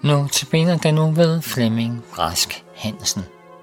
Nu tilbage den nu ved Flemming Rask Hansen.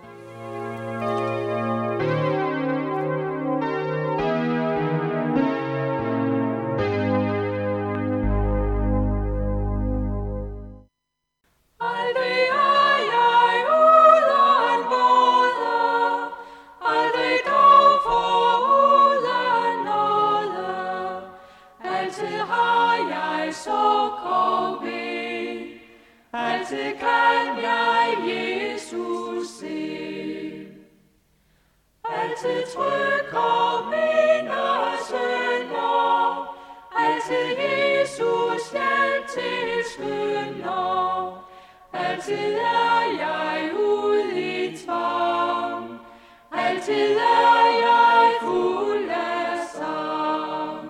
Altid kan jeg Jesus se. Altid trykker mine sønner. Altid Jesus hjælp til skynder. Altid er jeg ude i tvang. Altid er jeg fuld af sang.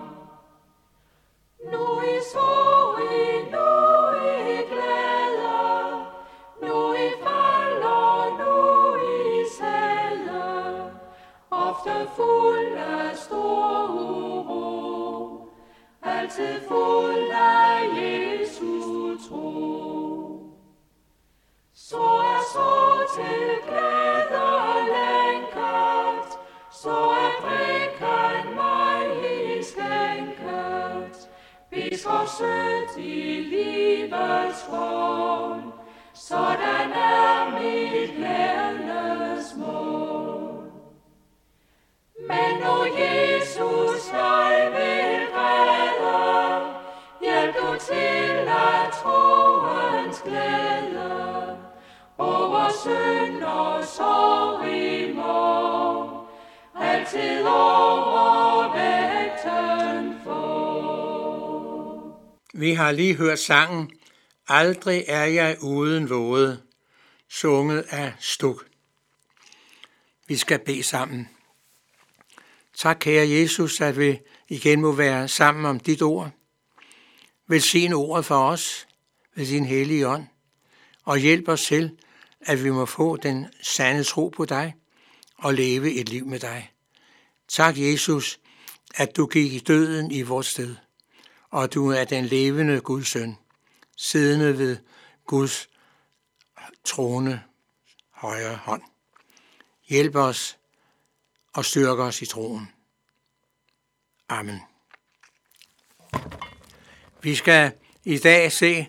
Nu i sorg, nu i glæde, nu i fald og nu i sæde, ofte fuld af stor uro, altid fuld af Jesu tro. Så er så til glæde lænket, så er drikken mig i skænket. Vi skal sødt i livets grund, sådan er mit glædes mål. Men nu Jesus jeg vil græde, hjælp du til at troens glæde, over synd og sorg i morgen, altid overvægten få. Vi har lige hørt sangen Aldrig er jeg uden våde, sunget af Stuk. Vi skal bede sammen. Tak, kære Jesus, at vi igen må være sammen om dit ord. Velsign ordet for os ved din hellige ånd, og hjælp os til, at vi må få den sande tro på dig og leve et liv med dig. Tak, Jesus, at du gik i døden i vores sted, og du er den levende Guds søn, siddende ved Guds trone højre hånd. Hjælp os og styrk os i troen. Amen. Vi skal i dag se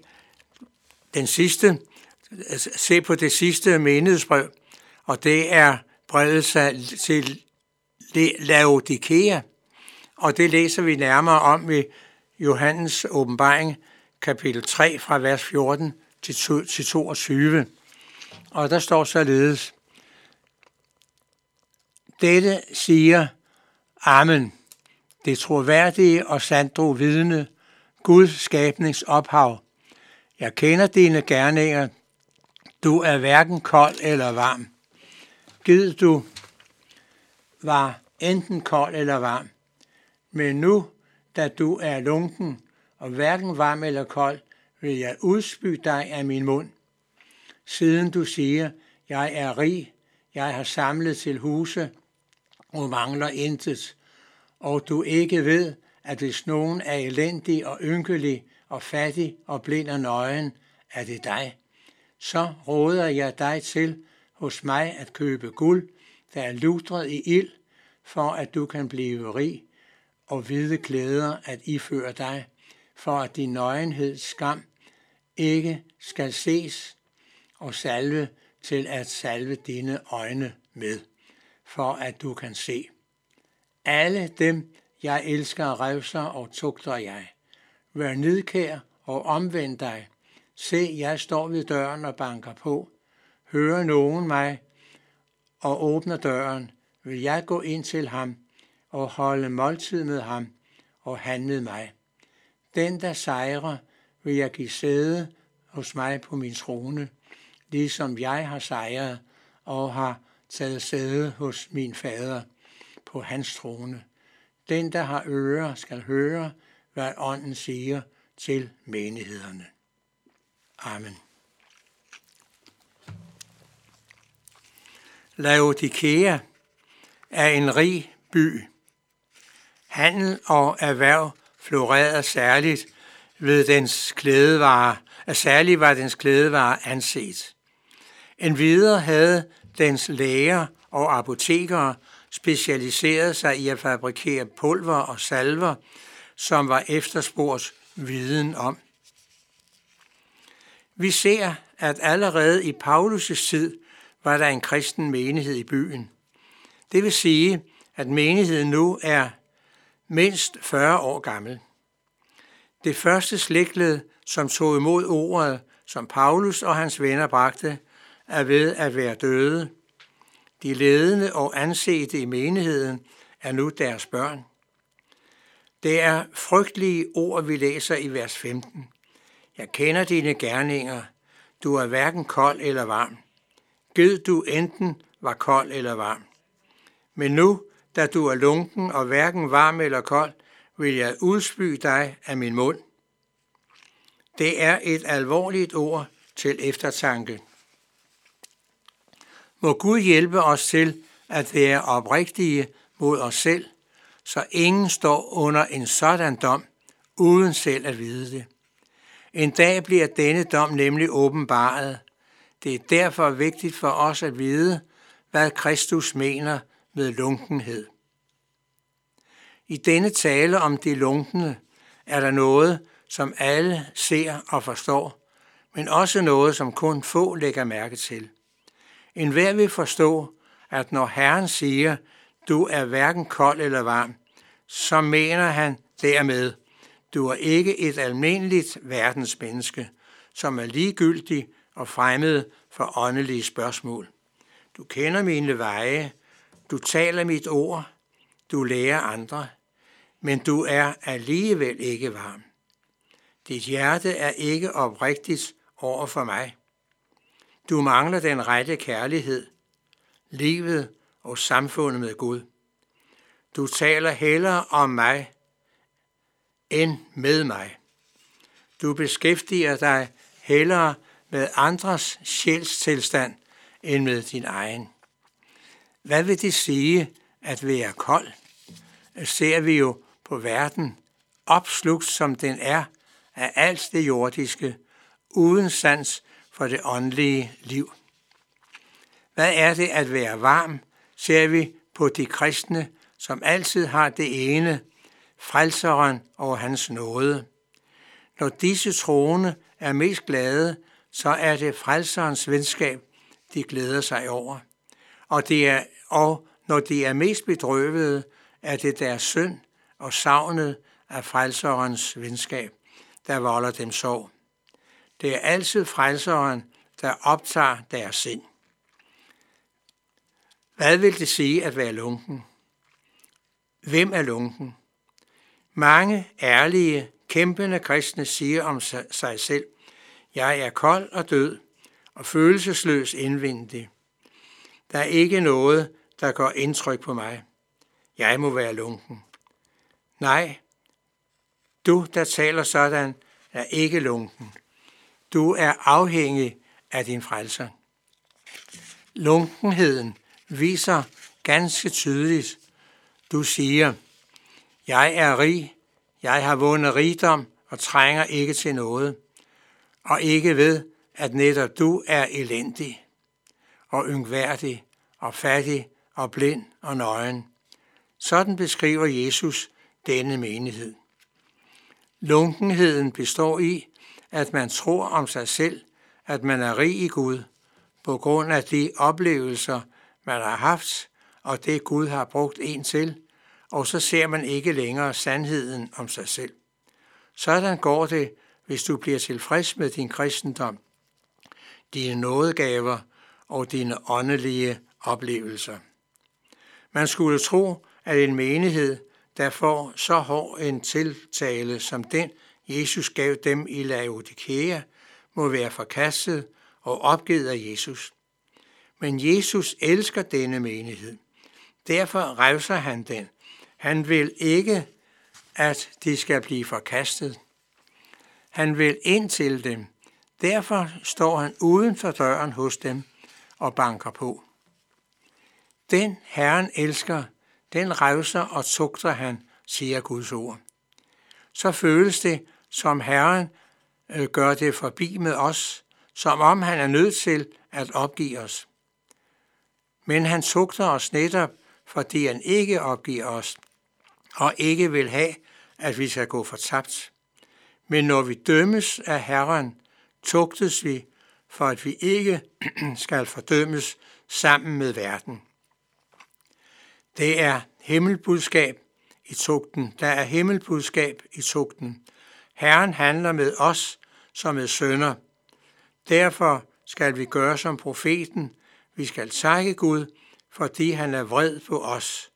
på det sidste menighedsbrev, og det er brevet til Laodikea, og det læser vi nærmere om i Johannes åbenbaring, kapitel 3, fra vers 14 til 22. Og der står således: Dette siger Amen, det troværdige og sandro vidne, Guds skabningsophav. Jeg kender dine gerninger. Du er hverken kold eller varm. Gid du var enten kold eller varm. Men nu, da du er lunken og hverken varm eller kold, vil jeg udspy dig af min mund. Siden du siger, jeg er rig, jeg har samlet til huse og mangler intet, og du ikke ved, at hvis nogen er elendig og ynkelig og fattig og blind og nøgen, er det dig. Så råder jeg dig til hos mig at købe guld, der er lutret i ild, for at du kan blive rig, og hvide klæder at iføre dig, for at din nøgenheds skam ikke skal ses, og salve til at salve dine øjne med, for at du kan se. Alle dem, jeg elsker, revser og tugter jeg. Vær nidkær og omvend dig. Se, jeg står ved døren og banker på. Hører nogen mig og åbner døren, vil jeg gå ind til ham og holde måltid med ham og han med mig. Den, der sejrer, vil jeg give sæde hos mig på min trone, ligesom jeg har sejret og har taget sæde hos min fader på hans trone. Den, der har ører, skal høre, hvad ånden siger til menighederne. Amen. Laodikea er en rig by. Handel og erhverv florerede særligt ved dens klædevarer at særligt var dens klædevarer anset. Endvidere havde dens læger og apotekere specialiseret sig i at fabrikere pulver og salver, som var efterspurgt viden om. Vi ser, at allerede i Paulus' tid var der en kristen menighed i byen. Det vil sige, at menigheden nu er mindst 40 år gammel. Det første slægtled, som tog imod ordet, som Paulus og hans venner bragte, er ved at være døde. De ledende og ansete i menigheden er nu deres børn. Det er frygtelige ord, vi læser i vers 15. Jeg kender dine gerninger. Du er hverken kold eller varm. Gid du enten var kold eller varm. Men nu, da du er lunken og hverken varm eller kold, vil jeg udspy dig af min mund. Det er et alvorligt ord til eftertanke. Må Gud hjælpe os til at være oprigtige mod os selv, så ingen står under en sådan dom, uden selv at vide det. En dag bliver denne dom nemlig åbenbaret. Det er derfor vigtigt for os at vide, hvad Kristus mener med lunkenhed. I denne tale om de lunkne er der noget, som alle ser og forstår, men også noget, som kun få lægger mærke til. Enhver vil forstå, at når Herren siger, du er hverken kold eller varm, så mener han dermed, du er ikke et almindeligt verdensmenneske, som er ligegyldig og fremmed for åndelige spørgsmål. Du kender mine veje, du taler mit ord, du lærer andre, men du er alligevel ikke varm. Dit hjerte er ikke oprigtigt over for mig. Du mangler den rette kærlighed, livet og samfundet med Gud. Du taler hellere om mig end med mig. Du beskæftiger dig hellere med andres sjælstilstand end med din egen. Hvad vil det sige at være kold? Ser vi jo på verden, opslugt som den er af alt det jordiske, uden sans for det åndelige liv. Hvad er det at være varm, ser vi på de kristne, som altid har det ene, frelseren og hans nåde. Når disse troende er mest glade, så er det frelserens venskab, de glæder sig over. Og når de er mest bedrøvede, er det deres synd og savnet af frelserens venskab, der volder dem sorg. Det er altid frelseren, der optager deres sind. Hvad vil det sige at være lunken? Hvem er lunken? Mange ærlige, kæmpende kristne siger om sig selv, jeg er kold og død og følelsesløs indvendig. Der er ikke noget, der gør indtryk på mig. Jeg må være lunken. Nej, du, der taler sådan, er ikke lunken. Du er afhængig af din frelser. Lunkenheden viser ganske tydeligt, du siger, jeg er rig, jeg har vundet rigdom og trænger ikke til noget, og ikke ved, at netop du er elendig og yngværdig og fattig og blind og nøgen. Sådan beskriver Jesus denne menighed. Lunkenheden består i, at man tror om sig selv, at man er rig i Gud, på grund af de oplevelser, man har haft, og det Gud har brugt en til, og så ser man ikke længere sandheden om sig selv. Sådan går det, hvis du bliver tilfreds med din kristendom, dine nådegaver og dine åndelige oplevelser. Man skulle tro, at en menighed, der får så hård en tiltale som den, Jesus gav dem i Laodikea, må være forkastet og opgivet af Jesus. Men Jesus elsker denne menighed. Derfor revser han den. Han vil ikke, at de skal blive forkastet. Han vil ind til dem. Derfor står han uden for døren hos dem og banker på. Den Herren elsker, den revser og tugter han, siger Guds ord. Så føles det, som Herren gør det forbi med os, som om han er nødt til at opgive os. Men han tugter os netop, fordi han ikke opgiver os, og ikke vil have, at vi skal gå fortabt. Men når vi dømmes af Herren, tugtes vi, for at vi ikke skal fordømmes sammen med verden. Det er himmelbudskab i tugten. Der er himmelbudskab i tugten. Herren handler med os som med sønner. Derfor skal vi gøre som profeten. Vi skal takke Gud, fordi han er vred på os.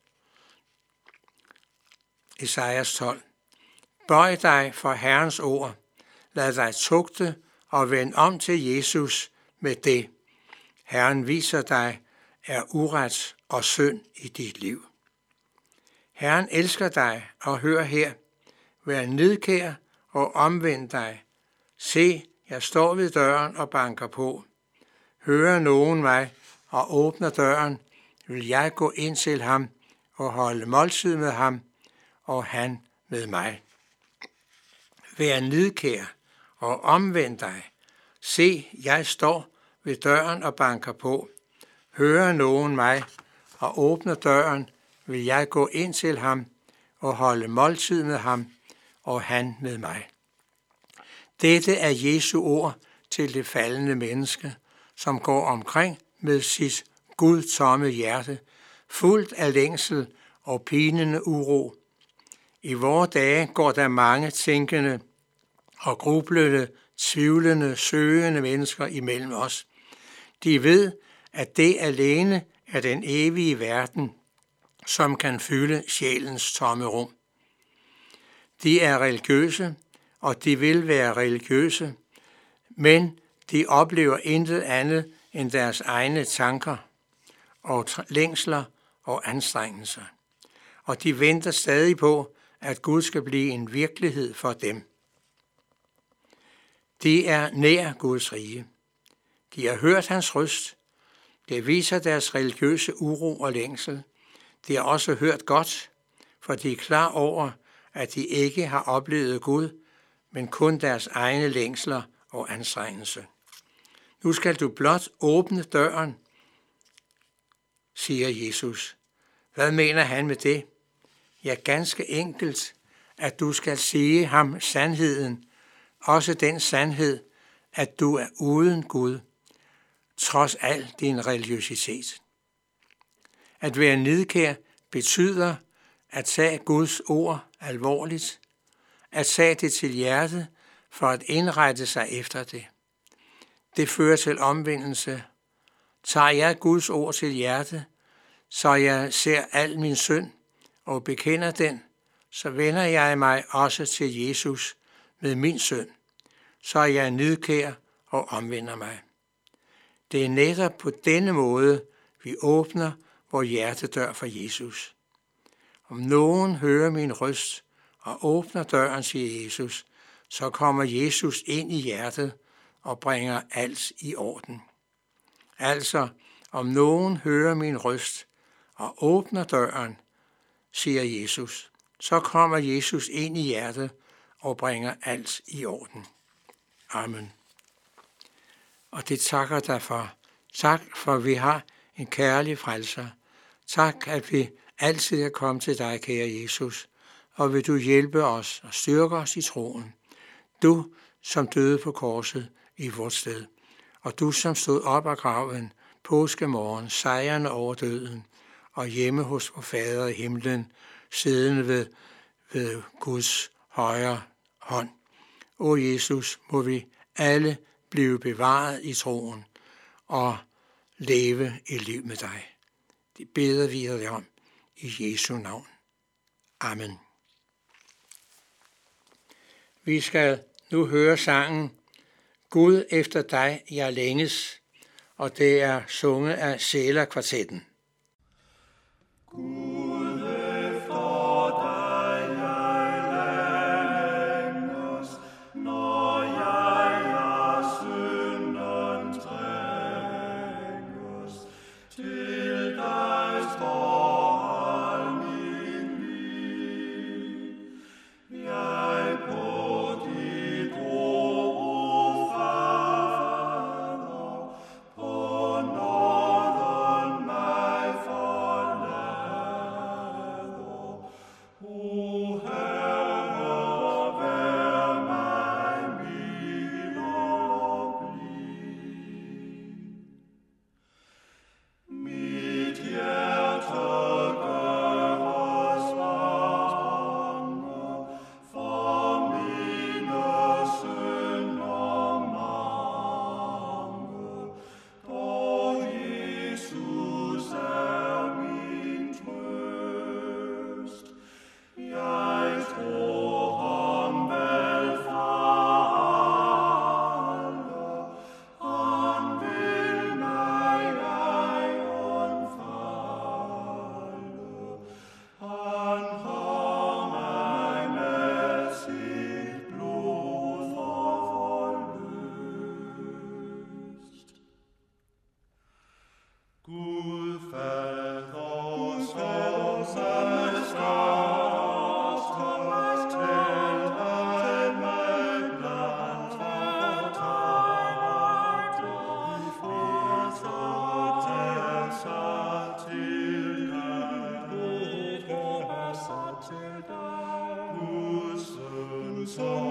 Esajas 12. Bøj dig for Herrens ord. Lad dig tugte og vend om til Jesus med det. Herren viser dig er uret og synd i dit liv. Herren elsker dig, og hør her. Vær nidkær og omvend dig. Se, jeg står ved døren og banker på. Hører nogen mig og åbner døren, vil jeg gå ind til ham og holde måltid med ham, og han med mig. Vær nidkær og omvend dig. Se, jeg står ved døren og banker på. Hører nogen mig og åbner døren, vil jeg gå ind til ham og holde måltid med ham, og han med mig. Dette er Jesu ord til det faldende menneske, som går omkring med sit gudtomme hjerte, fuldt af længsel og pinende uro. I vore dage går der mange tænkende og grublende, tvivlende, søgende mennesker imellem os. De ved, at det alene er den evige verden, som kan fylde sjælens tomme rum. De er religiøse, og de vil være religiøse, men de oplever intet andet end deres egne tanker og længsler og anstrengelser. Og de venter stadig på, at Gud skal blive en virkelighed for dem. De er nær Guds rige. De har hørt hans røst. Det viser deres religiøse uro og længsel. De har også hørt godt, for de er klar over, at de ikke har oplevet Gud, men kun deres egne længsler og anstrengelse. Nu skal du blot åbne døren, siger Jesus. Hvad mener han med det? Ja, ganske enkelt, at du skal sige ham sandheden, også den sandhed, at du er uden Gud, trods al din religiøsitet. At være nidkær betyder at tage Guds ord alvorligt, at tage det til hjertet for at indrette sig efter det. Det fører til omvendelse. Tager jeg Guds ord til hjertet, så jeg ser al min synd og bekender den, så vender jeg mig også til Jesus med min synd, så jeg nidkær og omvender mig. Det er netop på denne måde, vi åbner vor hjertedør for Jesus. Om nogen hører min røst og åbner døren, siger Jesus, så kommer Jesus ind i hjertet og bringer alt i orden. Altså, om nogen hører min røst og åbner døren, siger Jesus, så kommer Jesus ind i hjertet og bringer alt i orden. Amen. Og det takker dig for. Tak, for vi har en kærlig frelser. Tak, at vi altid er kommet til dig, kære Jesus, og vil du hjælpe os og styrke os i troen. Du, som døde på korset i vort sted, og du, som stod op af graven påskemorgen, sejrende over døden, og hjemme hos vor Fader i himlen, siddende ved Guds højre hånd. O Jesus, må vi alle blive bevaret i troen og leve et liv med dig. Det beder vi dig om i Jesu navn. Amen. Vi skal nu høre sangen Gud efter dig, jeg længes, og det er sunget af Sælerkvartetten. Jeg på dit ord som